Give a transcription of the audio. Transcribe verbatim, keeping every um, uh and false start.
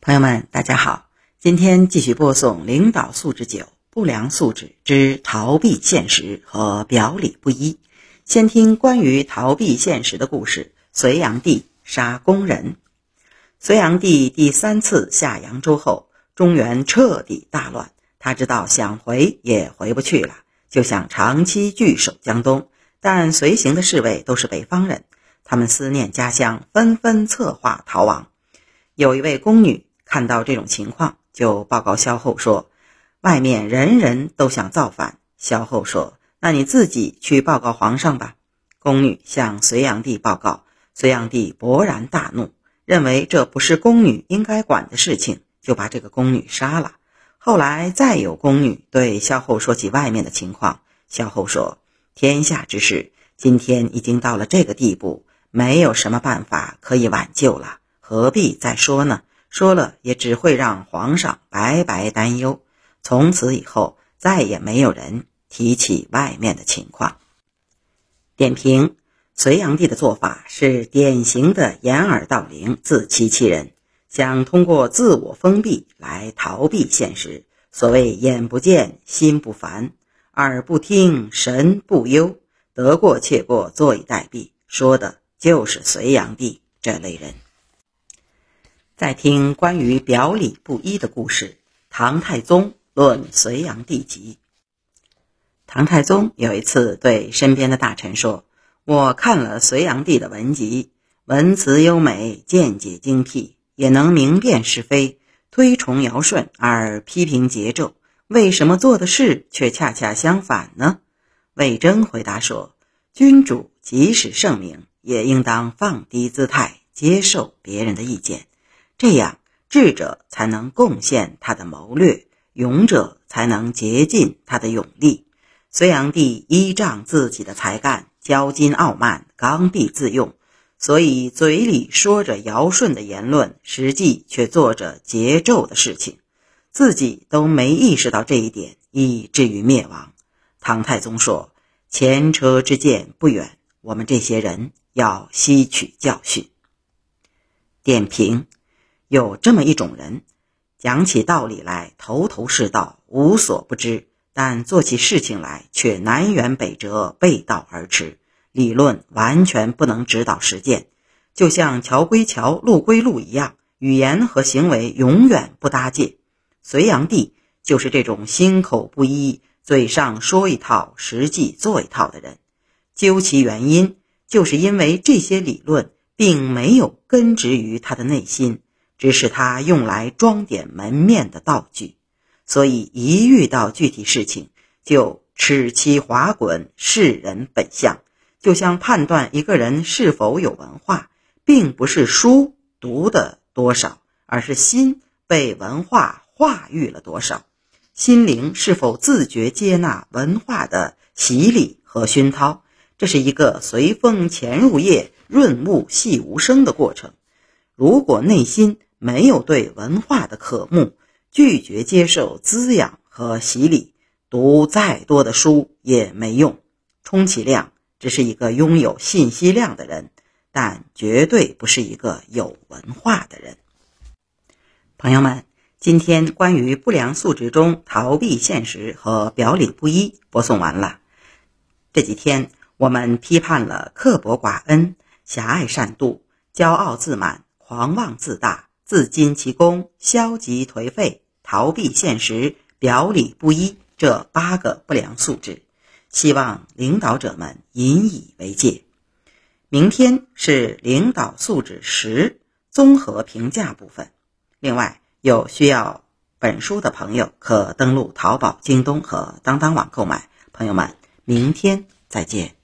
朋友们大家好，今天继续播送领导素质九不良素质之逃避现实和表里不一。先听关于逃避现实的故事。隋炀帝杀工人。隋炀帝第三次下扬州后，中原彻底大乱，他知道想回也回不去了，就想长期据守江东。但随行的侍卫都是北方人，他们思念家乡，纷纷策划逃亡。有一位宫女看到这种情况，就报告萧后说，外面人人都想造反。萧后说，那你自己去报告皇上吧。宫女向隋炀帝报告，隋炀帝勃然大怒，认为这不是宫女应该管的事情，就把这个宫女杀了。后来再有宫女对萧后说起外面的情况，萧后说，天下之事今天已经到了这个地步，没有什么办法可以挽救了，何必再说呢？说了也只会让皇上白白担忧。从此以后再也没有人提起外面的情况。点评：隋炀帝的做法是典型的掩耳盗铃，自欺欺人，想通过自我封闭来逃避现实。所谓眼不见心不烦，耳不听神不忧，得过且过坐以待毙，说的就是隋炀帝这类人。再听关于表里不一的故事。唐太宗论隋炀帝集。唐太宗有一次对身边的大臣说，我看了隋炀帝的文集，文辞优美，见解精辟，也能明辨是非，推崇尧舜而批评桀纣，为什么做的事却恰恰相反呢？魏征回答说，君主即使圣明，也应当放低姿态，接受别人的意见，这样智者才能贡献他的谋略，勇者才能竭尽他的勇力。隋炀帝依仗自己的才干，骄矜傲慢，刚愎自用，所以嘴里说着尧舜的言论，实际却做着桀纣的事情，自己都没意识到这一点，以至于灭亡。唐太宗说，前车之鉴不远，我们这些人要吸取教训。点评：有这么一种人，讲起道理来头头是道，无所不知，但做起事情来却南辕北辙，背道而驰，理论完全不能指导实践，就像桥归桥，路归路一样，语言和行为永远不搭界。隋炀帝就是这种心口不一，嘴上说一套，实际做一套的人。究其原因，就是因为这些理论并没有根植于他的内心，只是他用来装点门面的道具，所以一遇到具体事情就齿其滑滚，是人本相。就像判断一个人是否有文化，并不是书读的多少，而是心被文化化育了多少，心灵是否自觉接纳文化的洗礼和熏陶。这是一个随风潜入夜，润物细无声的过程。如果内心没有对文化的渴慕，拒绝接受滋养和洗礼，读再多的书也没用。充其量只是一个拥有信息量的人，但绝对不是一个有文化的人。朋友们，今天关于不良素质中逃避现实和表里不一播送完了。这几天我们批判了刻薄寡恩、狭隘善妒、骄傲自满、狂妄自大、自矜其功、消极颓废、逃避现实、表里不一这八个不良素质，希望领导者们引以为戒。明天是领导素质十综合评价部分。另外，有需要本书的朋友可登录淘宝、京东和当当网购买。朋友们，明天再见。